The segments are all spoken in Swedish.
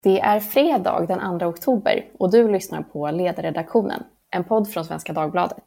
Det är fredag den 2 oktober och du lyssnar på Ledarredaktionen, en podd från Svenska Dagbladet.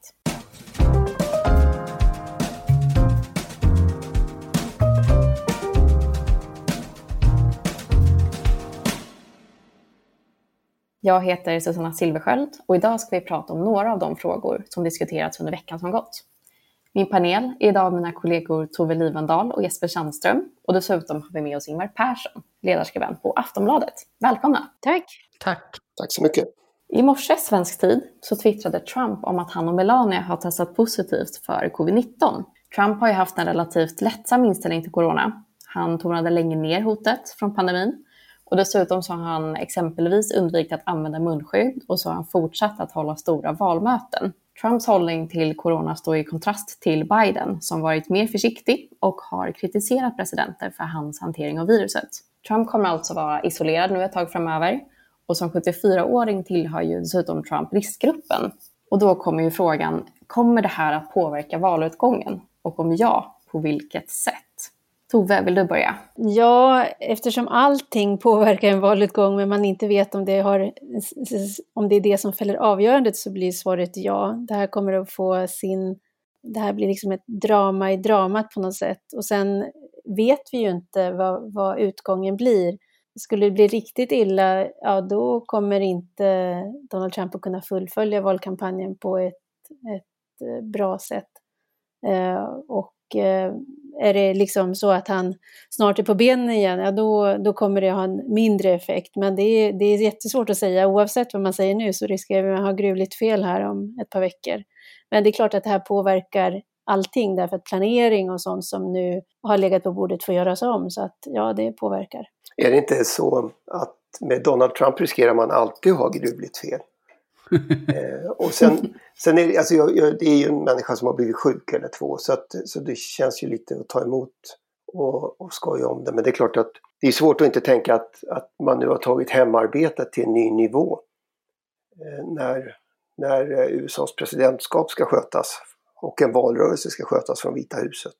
Jag heter Susanna Silversköld och idag ska vi prata om några av de frågor som diskuterats under veckan som gått. Min panel är idag mina kollegor Tove Livendal och Jesper Sandström och dessutom har vi med oss Ingmar Persson, ledarskribent på Aftonbladet. Välkomna! Tack så mycket! I morse svensk tid så twittrade Trump om att han och Melania har testat positivt för covid-19. Trump har ju haft en relativt lättsam inställning till corona. Han tonade länge ner hotet från pandemin. Och dessutom så har han exempelvis undvikit att använda munskydd och så har han fortsatt att hålla stora valmöten. Trumps hållning till corona står i kontrast till Biden som varit mer försiktig och har kritiserat presidenter för hans hantering av viruset. Trump kommer alltså vara isolerad nu ett tag framöver och som 74-åring tillhör ju dessutom Trump riskgruppen. Och då kommer ju frågan, kommer det här att påverka valutgången? Och om ja, på vilket sätt? Tove, vill du börja? Ja, eftersom allting påverkar en valutgång men man inte vet om det är det som fäller avgörandet så blir svaret ja. Det här kommer att det här blir liksom ett drama i dramat på något sätt. Och sen vet vi ju inte vad utgången blir. Skulle det bli riktigt illa, ja då kommer inte Donald Trump att kunna fullfölja valkampanjen på ett bra sätt. Är det liksom så att han snart är på benen igen, ja då kommer det ha en mindre effekt. Men det är jättesvårt att säga. Oavsett vad man säger nu så riskerar vi att ha gruvligt fel här om ett par veckor. Men det är klart att det här påverkar allting därför att planering och sånt som nu har legat på bordet får göras om. Så att ja, det påverkar. Är det inte så att med Donald Trump riskerar man alltid att ha gruvligt fel? Och sen är det, alltså det är ju en människa som har blivit sjuk eller två så det känns ju lite att ta emot och skoja om det. Men det är klart att det är svårt att inte tänka att man nu har tagit hemarbetet till en ny nivå när USAs presidentskap ska skötas och en valrörelse ska skötas från Vita huset.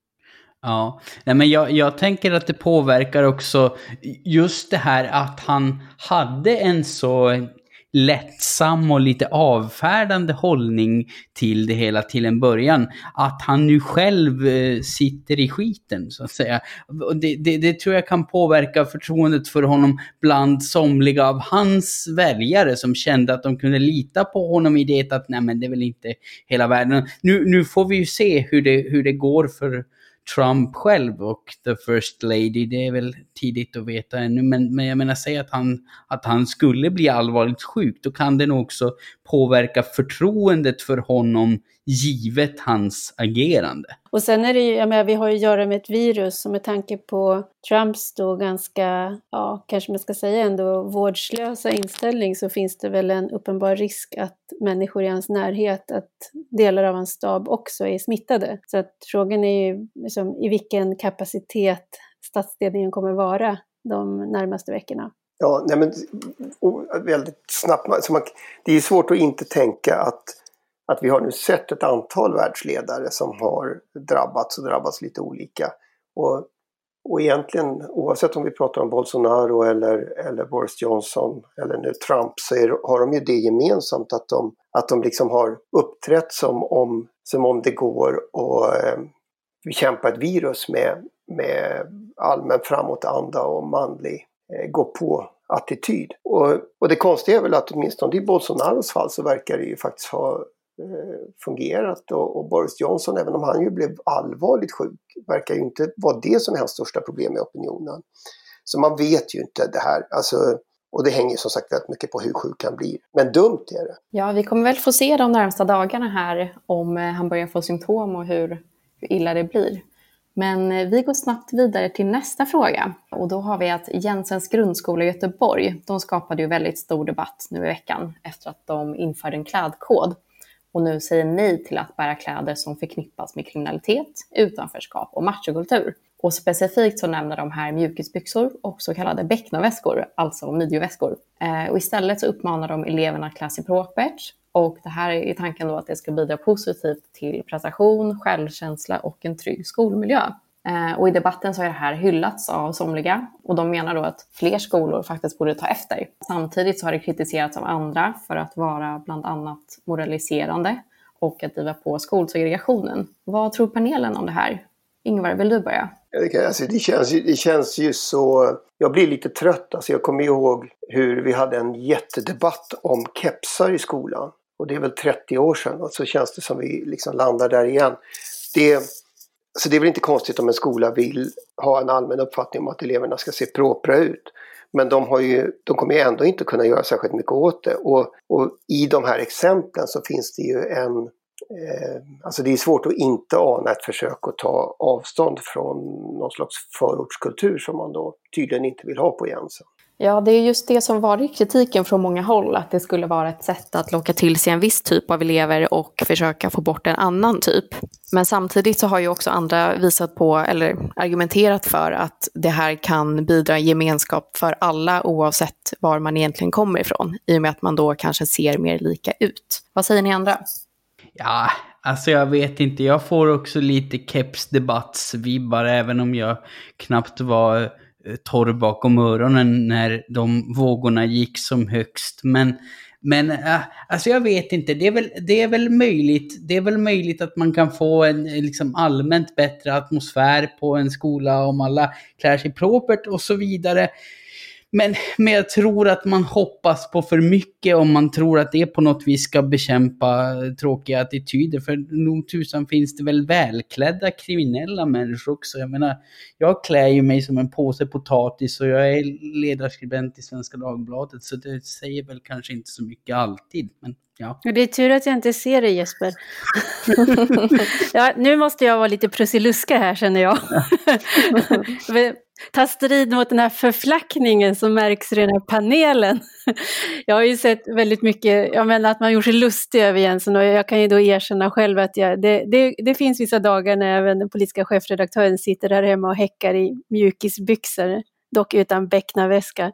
Ja, nej men jag tänker att det påverkar också just det här att han hade en så lättsam och lite avfärdande hållning till det hela till en början, att han nu själv sitter i skiten så att säga. Och det tror jag kan påverka förtroendet för honom bland somliga av hans väljare som kände att de kunde lita på honom i det att nej men det är väl inte hela världen. Nu får vi ju se hur det går för Trump själv och the first lady, det är väl tidigt att veta ännu, men jag menar säga att han skulle bli allvarligt sjuk, då kan det nog också påverka förtroendet för honom givet hans agerande. Och sen är det ju, vi har ju att göra med ett virus som med tanke på Trumps då ganska, kanske man ska säga ändå vårdslösa inställning så finns det väl en uppenbar risk att människor i hans närhet, att delar av hans stab också är smittade. Så att frågan är ju liksom, i vilken kapacitet statsledningen kommer vara de närmaste veckorna. Ja, nej men väldigt snabbt. Det är svårt att inte tänka att vi har nu sett ett antal världsledare som har drabbats lite olika. Och egentligen, oavsett om vi pratar om Bolsonaro eller Boris Johnson eller nu Trump, så har de ju det gemensamt att de liksom har uppträtt som om det går att bekämpa ett virus med allmän framåtanda och manlig gå-på-attityd. Och det konstiga är väl att åtminstone i Bolsonaros fall så verkar det ju faktiskt ha fungerat och Boris Johnson, även om han ju blev allvarligt sjuk, verkar ju inte vara det som är hans största problem i opinionen. Så man vet ju inte det här, alltså, och det hänger som sagt väldigt mycket på hur sjuk han blir. Men dumt är det. Ja, vi kommer väl få se de närmsta dagarna här om han börjar få symptom och hur illa det blir. Men vi går snabbt vidare till nästa fråga. Och då har vi att Jensens grundskola i Göteborg, de skapade ju väldigt stor debatt nu i veckan efter att de införde en klädkod. Och nu säger nej till att bära kläder som förknippas med kriminalitet, utanförskap och machokultur. Och specifikt så nämner de här mjukisbyxor och så kallade becknoväskor, alltså midjeväskor. Och istället så uppmanar de eleverna att klä sig propert. Och det här är tanken då att det ska bidra positivt till prestation, självkänsla och en trygg skolmiljö. Och i debatten så har det här hyllats av somliga och de menar då att fler skolor faktiskt borde ta efter. Samtidigt så har det kritiserats av andra för att vara bland annat moraliserande och att driva på skolsegregationen. Vad tror panelen om det här? Ingvar, vill du börja? Alltså det känns ju så... Jag blir lite trött. Alltså jag kommer ihåg hur vi hade en jättedebatt om kepsar i skolan. Och det är väl 30 år sedan. Och så känns det som vi liksom landar där igen. Så det är väl inte konstigt om en skola vill ha en allmän uppfattning om att eleverna ska se propra ut. Men de kommer ju ändå inte kunna göra särskilt mycket åt det. Och i de här exemplen så finns det ju alltså det är svårt att inte ana ett försök att ta avstånd från någon slags förortskultur som man då tydligen inte vill ha på Jensen. Ja, det är just det som varit kritiken från många håll, att det skulle vara ett sätt att locka till sig en viss typ av elever och försöka få bort en annan typ. Men samtidigt så har ju också andra visat på eller argumenterat för att det här kan bidra gemenskap för alla oavsett var man egentligen kommer ifrån, i och med att man då kanske ser mer lika ut. Vad säger ni andra? Ja, alltså jag vet inte. Jag får också lite kepsdebattsvibbar även om jag knappt var torr bakom öronen när de vågorna gick som högst. Men alltså jag vet inte. Det är väl möjligt att man kan få en liksom allmänt bättre atmosfär på en skola om alla klär sig propert och så vidare. Men jag tror att man hoppas på för mycket om man tror att det på något vis ska bekämpa tråkiga attityder. För nog tusan finns det väl välklädda kriminella människor också. Jag menar, jag klär ju mig som en påse potatis och jag är ledarskribent i Svenska Dagbladet. Så det säger väl kanske inte så mycket alltid, men ja. Det är tur att jag inte ser dig, Jesper. Ja, nu måste jag vara lite prusiluska här, känner jag. Ta strid mot den här förflackningen som märks i den här panelen. Jag har ju sett väldigt mycket, jag menar att man gjort sig lustig över Jensen, och jag kan ju då erkänna själv att det finns vissa dagar när även den politiska chefredaktören sitter där hemma och häckar i mjukisbyxor, dock utan bäcknaväska.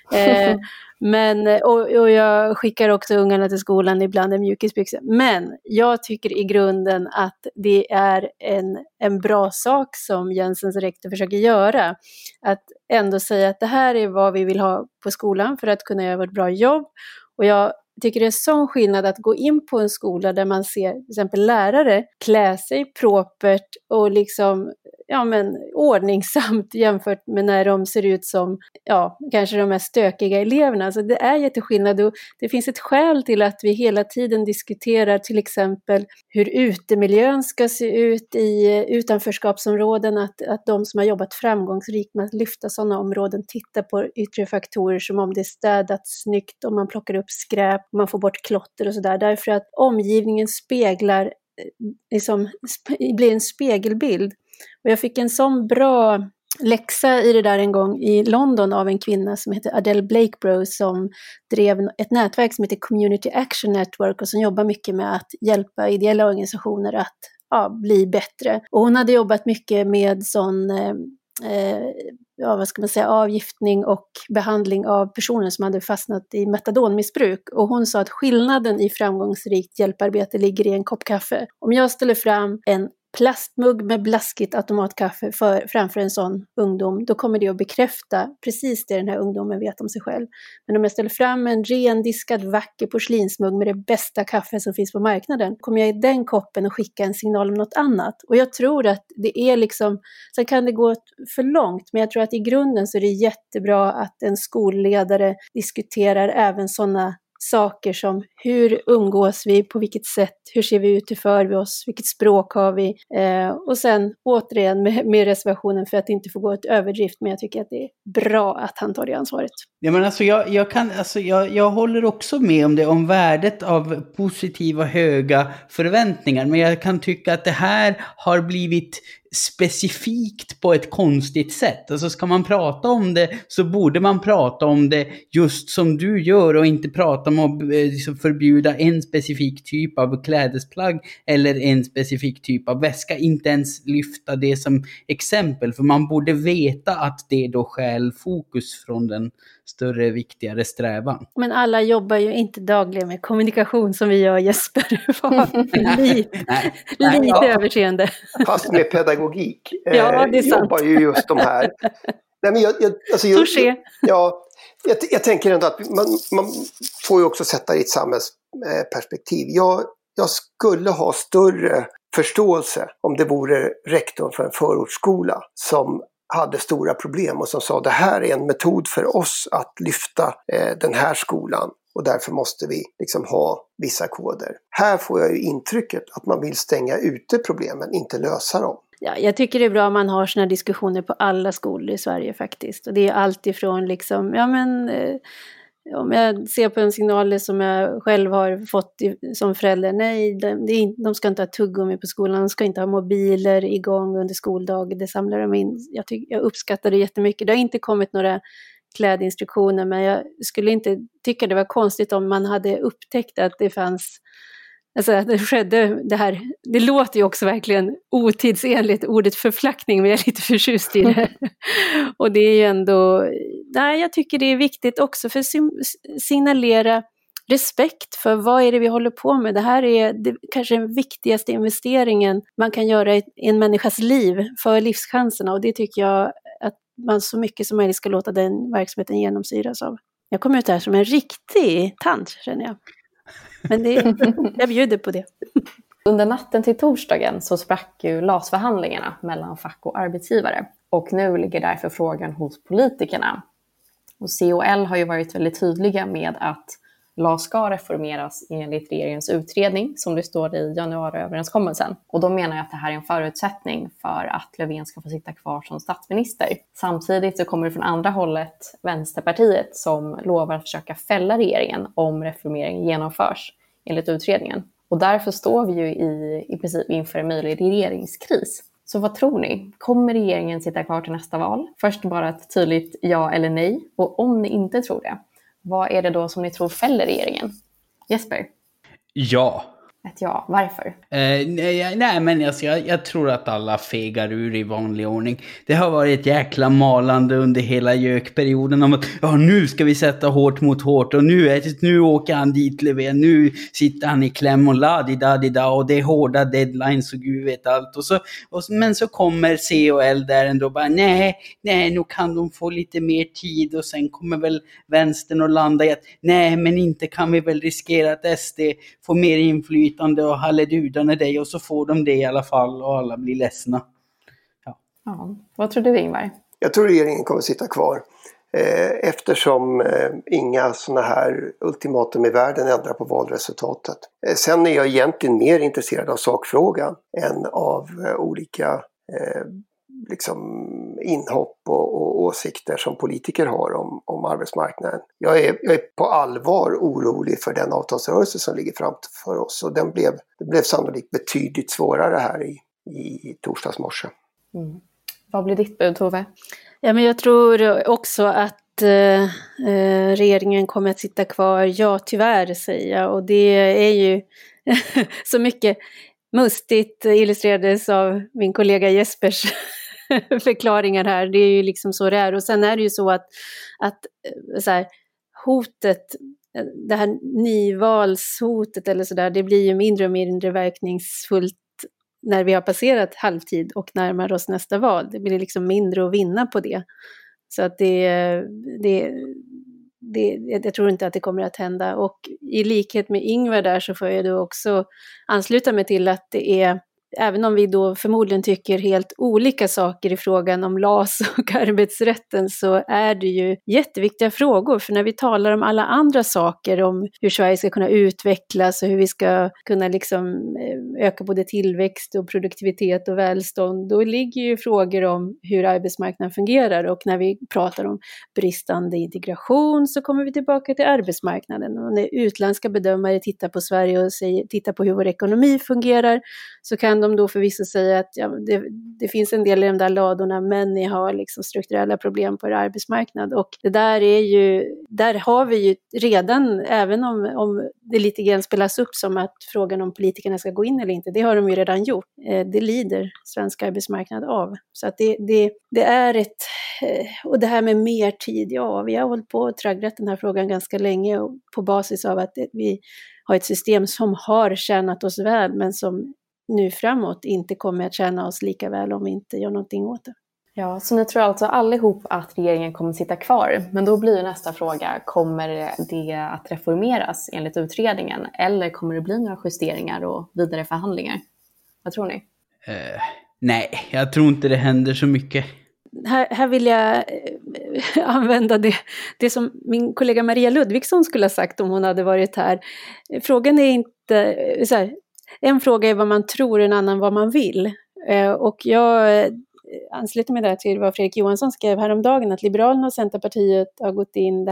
Och jag skickar också ungarna till skolan ibland i mjukisbyxor. Men jag tycker i grunden att det är en bra sak som Jensens rektor försöker göra. Att ändå säga att det här är vad vi vill ha på skolan för att kunna göra ett bra jobb. Och jag tycker det är sån skillnad att gå in på en skola där man ser till exempel lärare klä sig propert och liksom, ordningsamt jämfört med när de ser ut som, kanske de här stökiga eleverna. Så det är jätteskillnad, och det finns ett skäl till att vi hela tiden diskuterar till exempel hur utemiljön ska se ut i utanförskapsområden, att de som har jobbat framgångsrikt med att lyfta sådana områden tittar på yttre faktorer som om det är städat snyggt, om man plockar upp skräp, om man får bort klotter och sådär, därför att omgivningen speglar, blir en spegelbild. Och jag fick en sån bra läxa i det där en gång i London av en kvinna som heter Adele Blakeborough, som drev ett nätverk som heter Community Action Network och som jobbar mycket med att hjälpa ideella organisationer att bli bättre. Och hon hade jobbat mycket med sån avgiftning och behandling av personer som hade fastnat i metadonmissbruk. Och hon sa att skillnaden i framgångsrikt hjälparbete ligger i en kopp kaffe. Om jag ställer fram en plastmugg med blaskigt automatkaffe framför en sån ungdom, då kommer det att bekräfta precis det den här ungdomen vet om sig själv. Men om jag ställer fram en rendiskad vacker porslinsmugg med det bästa kaffe som finns på marknaden, kommer jag i den koppen att skicka en signal om något annat. Och jag tror att det är liksom, sen kan det gå för långt, men jag tror att i grunden så är det jättebra att en skolledare diskuterar även sådana saker som hur umgås vi, på vilket sätt, hur ser vi ut, hur för vi oss, vilket språk har vi, och sen återigen med reservationen för att inte få gå ett överdrift, men jag tycker att det är bra att han tar det ansvaret. Ja, men alltså jag håller också med om det, om värdet av positiva höga förväntningar, men jag kan tycka att det här har blivit specifikt på ett konstigt sätt. Alltså ska man prata om det så borde man prata om det just som du gör och inte prata om att förbjuda en specifik typ av klädesplagg eller en specifik typ av väska. Inte ens lyfta det som exempel, för man borde veta att det då stjäl fokus från den större, viktigare strävan. Men alla jobbar ju inte dagligen med kommunikation som vi gör, Jesper. Lite överseende. Fast med pedagogik pedagogik Ja, det är sant. jobbar ju just de här. Nej, men jag tänker ändå att man får ju också sätta det i ett samhällsperspektiv. Jag skulle ha större förståelse om det vore rektorn för en förortsskola som hade stora problem och som sa det här är en metod för oss att lyfta den här skolan och därför måste vi liksom ha vissa koder. Här får jag ju intrycket att man vill stänga ute problemen, inte lösa dem. Ja, jag tycker det är bra om man har såna diskussioner på alla skolor i Sverige faktiskt. Och det är allt ifrån liksom, om jag ser på en signal som jag själv har fått som förälder, nej, de ska inte ha tuggummi på skolan, de ska inte ha mobiler igång under skoldag, det samlar de in. Jag uppskattar det jättemycket. Det har inte kommit några klädinstruktioner, men jag skulle inte tycka det var konstigt om man hade upptäckt att det fanns, alltså att det skedde det här. Det låter ju också verkligen otidsenligt, ordet förflackning, men jag är lite förtjust i det. Och det är ju ändå, nej, jag tycker det är viktigt också för att signalera respekt för vad är det vi håller på med. Det här är kanske den viktigaste investeringen man kan göra i en människas liv för livschanserna, och det tycker jag att man så mycket som möjligt ska låta den verksamheten genomsyras av. Jag kommer ut här som en riktig tant, känner jag. Men jag bjuder på det. Under natten till torsdagen så sprack ju LAS-förhandlingarna mellan fack och arbetsgivare. Och nu ligger därför frågan hos politikerna. Och COL har ju varit väldigt tydliga med att LAS ska reformeras enligt regeringens utredning som det står i januariöverenskommelsen. Och de menar att det här är en förutsättning för att Löfven ska få sitta kvar som statsminister. Samtidigt så kommer det från andra hållet Vänsterpartiet som lovar att försöka fälla regeringen om reformeringen genomförs enligt utredningen. Och därför står vi ju i princip inför en möjlig regeringskris. Så vad tror ni? Kommer regeringen sitta kvar till nästa val? Först bara ett tydligt ja eller nej. Och om ni inte tror det, vad är det då som ni tror fäller regeringen? Jesper? Ja. Ett ja. Varför? Nej, men jag tror att alla fegar ur i vanlig ordning. Det har varit ett jäkla malande under hela gökperioden om att nu ska vi sätta hårt mot hårt och nu åker han dit, Löfven, nu sitter han i kläm och la-di-da-di-da och det är hårda deadlines och gud vet allt. Men så kommer COL där ändå bara nej, nu kan de få lite mer tid och sen kommer väl vänstern och landa i att nej, men inte kan vi väl riskera att SD får mer inflytande och halledudande dig och så får de det i alla fall och alla blir ledsna. Ja. Vad tror du, Ingvar? Jag tror regeringen kommer sitta kvar eftersom inga såna här ultimatum i världen ändrar på valresultatet. Sen är jag egentligen mer intresserad av sakfrågan än av olika inhopp och åsikter som politiker har om arbetsmarknaden. Jag är på allvar orolig för den avtalsrörelse som ligger framför oss och det blev sannolikt betydligt svårare här i torsdags morse. Mm. Vad blir ditt bud, Tove? Ja, men jag tror också att regeringen kommer att sitta kvar. Ja, tyvärr säger jag. Och det är ju så mycket mustigt illustrerades av min kollega Jespers förklaringar här. Det är ju liksom så det är. Och sen är det ju så att så här, hotet, det här nyvalshotet eller sådär, det blir ju mindre och mindre verkningsfullt när vi har passerat halvtid och närmar oss nästa val. Det blir liksom mindre att vinna på det. Så att jag tror inte att det kommer att hända. Och i likhet med Ingvar där så får jag då också ansluta mig till att det är, även om vi då förmodligen tycker helt olika saker i frågan om LAS och arbetsrätten, så är det ju jätteviktiga frågor. För när vi talar om alla andra saker, om hur Sverige ska kunna utvecklas och hur vi ska kunna liksom öka både tillväxt och produktivitet och välstånd, då ligger ju frågor om hur arbetsmarknaden fungerar. Och när vi pratar om bristande integration så kommer vi tillbaka till arbetsmarknaden. Och när utländska bedömare tittar på Sverige och tittar på hur vår ekonomi fungerar, så kan de då förvisso säga att det finns en del i de där ladorna, men ni har liksom strukturella problem på er arbetsmarknad. Och det där har vi ju redan, även om det lite grann spelas upp som att frågan om politikerna ska gå in eller inte, det har de ju redan gjort. Det lider svensk arbetsmarknad av. Så att det är och det här med mer tid, vi har hållit på och tragglat den här frågan ganska länge och på basis av att vi har ett system som har tjänat oss väl, men som nu framåt inte kommer att tjäna oss lika väl om vi inte gör någonting åt det. Ja, så ni tror alltså allihop att regeringen kommer sitta kvar. Men då blir ju nästa fråga, kommer det att reformeras enligt utredningen? Eller kommer det bli några justeringar och vidare förhandlingar? Vad tror ni? Nej, jag tror inte det händer så mycket. Här vill jag använda det som min kollega Maria Ludvigsson skulle ha sagt om hon hade varit här. Frågan är inte så här, en fråga är vad man tror, en annan vad man vill. Och jag ansluter mig där till vad Fredrik Johansson skrev häromdagen, att Liberalerna och Centerpartiet har gått in, det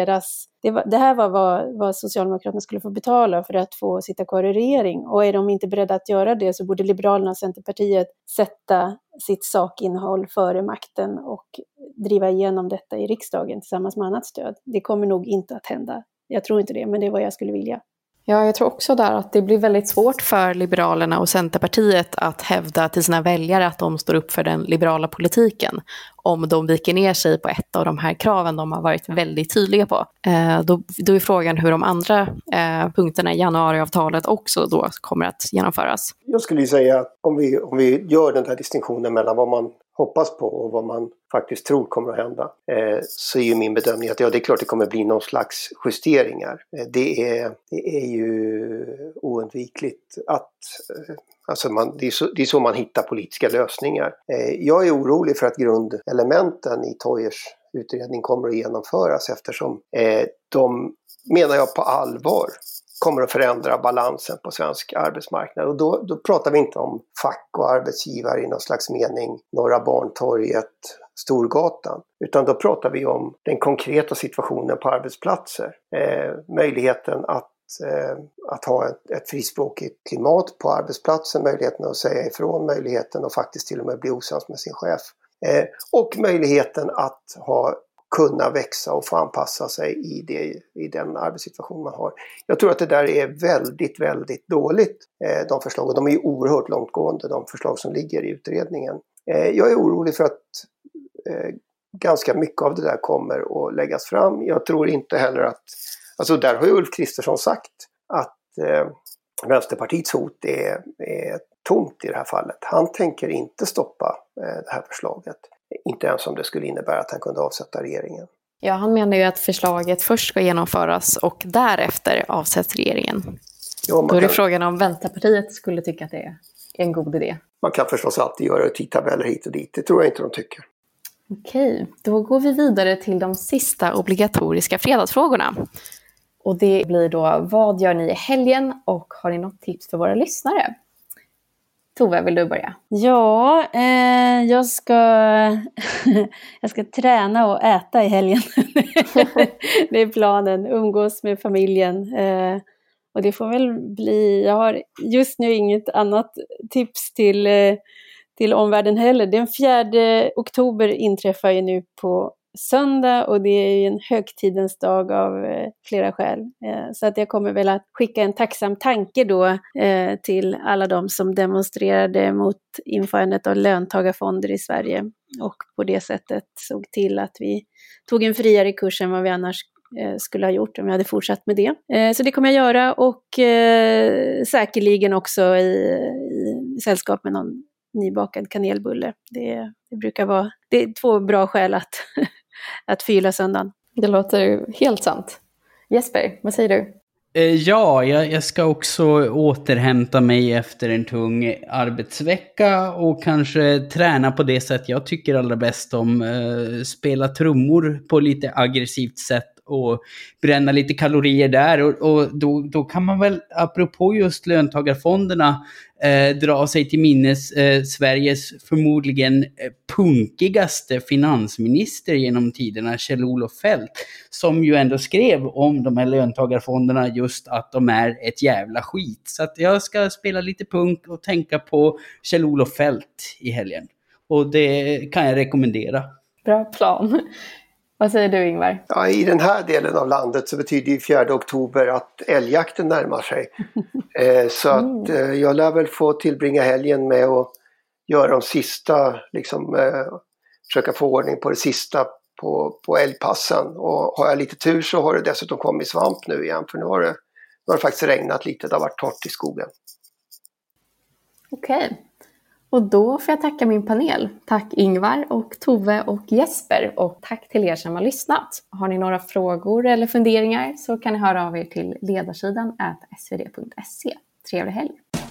här var vad Socialdemokraterna skulle få betala för att få sitta kvar i regering. Och är de inte beredda att göra det så borde Liberalerna och Centerpartiet sätta sitt sakinnehåll före makten och driva igenom detta i riksdagen tillsammans med annat stöd. Det kommer nog inte att hända. Jag tror inte det, men det är vad jag skulle vilja. Ja, jag tror också där att det blir väldigt svårt för Liberalerna och Centerpartiet att hävda till sina väljare att de står upp för den liberala politiken om de viker ner sig på ett av de här kraven de har varit väldigt tydliga på. Då är frågan hur de andra punkterna i januariavtalet också då kommer att genomföras. Jag skulle ju säga att om vi gör den här distinktionen mellan vad man hoppas på och vad man faktiskt tror kommer att hända, så är ju min bedömning att det är klart det kommer bli någon slags justeringar. Det är ju oundvikligt att det är så man hittar politiska lösningar. Jag är orolig för att grundelementen i Toijers utredning kommer att genomföras, eftersom de, menar jag på allvar, kommer att förändra balansen på svensk arbetsmarknad. Och då pratar vi inte om fack och arbetsgivare i någon slags mening, Norra Bantorget, Storgatan, utan då pratar vi om den konkreta situationen på arbetsplatser. Möjligheten att ha ett frispråkigt klimat på arbetsplatsen, möjligheten att säga ifrån, möjligheten att faktiskt till och med bli osams med sin chef. Och möjligheten att kunna växa och få anpassa sig i den arbetssituation man har. Jag tror att det där är väldigt, väldigt dåligt, de förslagen. De är ju oerhört långtgående, de förslag som ligger i utredningen. Jag är orolig för att ganska mycket av det där kommer att läggas fram. Jag tror inte heller att, alltså där har ju Ulf Kristersson sagt att Vänsterpartiets hot är tomt i det här fallet. Han tänker inte stoppa det här förslaget. Inte ens om det skulle innebära att han kunde avsätta regeringen. Ja, han menar ju att förslaget först ska genomföras och därefter avsätts regeringen. Ja, då är det frågan om Vänsterpartiet skulle tycka att det är en god idé. Man kan förstås alltid göra tidtabeller hit och dit. Det tror jag inte de tycker. Okej, då går vi vidare till de sista obligatoriska fredagsfrågorna. Och det blir då, vad gör ni i helgen och har ni något tips för våra lyssnare? Tove, vill du börja? Ja, jag ska träna och äta i helgen. Det är planen, umgås med familjen. Och det får väl bli, jag har just nu inget annat tips till omvärlden heller. Den 4 oktober inträffar ju nu på söndag och det är ju en högtidens dag av flera skäl. Så att jag kommer väl att skicka en tacksam tanke då till alla de som demonstrerade mot införandet av löntagarfonder i Sverige och på det sättet såg till att vi tog en friare kurs än vad vi annars skulle ha gjort om jag hade fortsatt med det. Så det kommer jag göra och säkerligen också i sällskap med någon nybakad kanelbulle. Det brukar vara, det är 2 bra skäl att fylla söndagen. Det låter helt sant. Jesper, vad säger du? Ja, jag ska också återhämta mig efter en tung arbetsvecka och kanske träna på det sätt jag tycker allra bäst om. Spela trummor på lite aggressivt sätt och bränna lite kalorier där. Och då kan man väl, apropå just löntagarfonderna, dra sig till minnes Sveriges förmodligen punkigaste finansminister genom tiderna, Kjell-Olof Feldt, som ju ändå skrev om de här löntagarfonderna just att de är ett jävla skit. Så att jag ska spela lite punk och tänka på Kjell-Olof Feldt i helgen. Och det kan jag rekommendera. Bra plan. Vad säger du, Ingvar? Ja, i den här delen av landet så betyder ju 4 oktober att älgjakten närmar sig. Så att jag lär väl få tillbringa helgen med att göra de sista, försöka få ordning på det sista på älgpassen. Och har jag lite tur så har det dessutom kommit svamp nu igen, för nu har det faktiskt regnat lite, det har varit torrt i skogen. Okej. Och då får jag tacka min panel. Tack Ingvar och Tove och Jesper. Och tack till er som har lyssnat. Har ni några frågor eller funderingar så kan ni höra av er till ledarsidan @svd.se. Trevlig helg!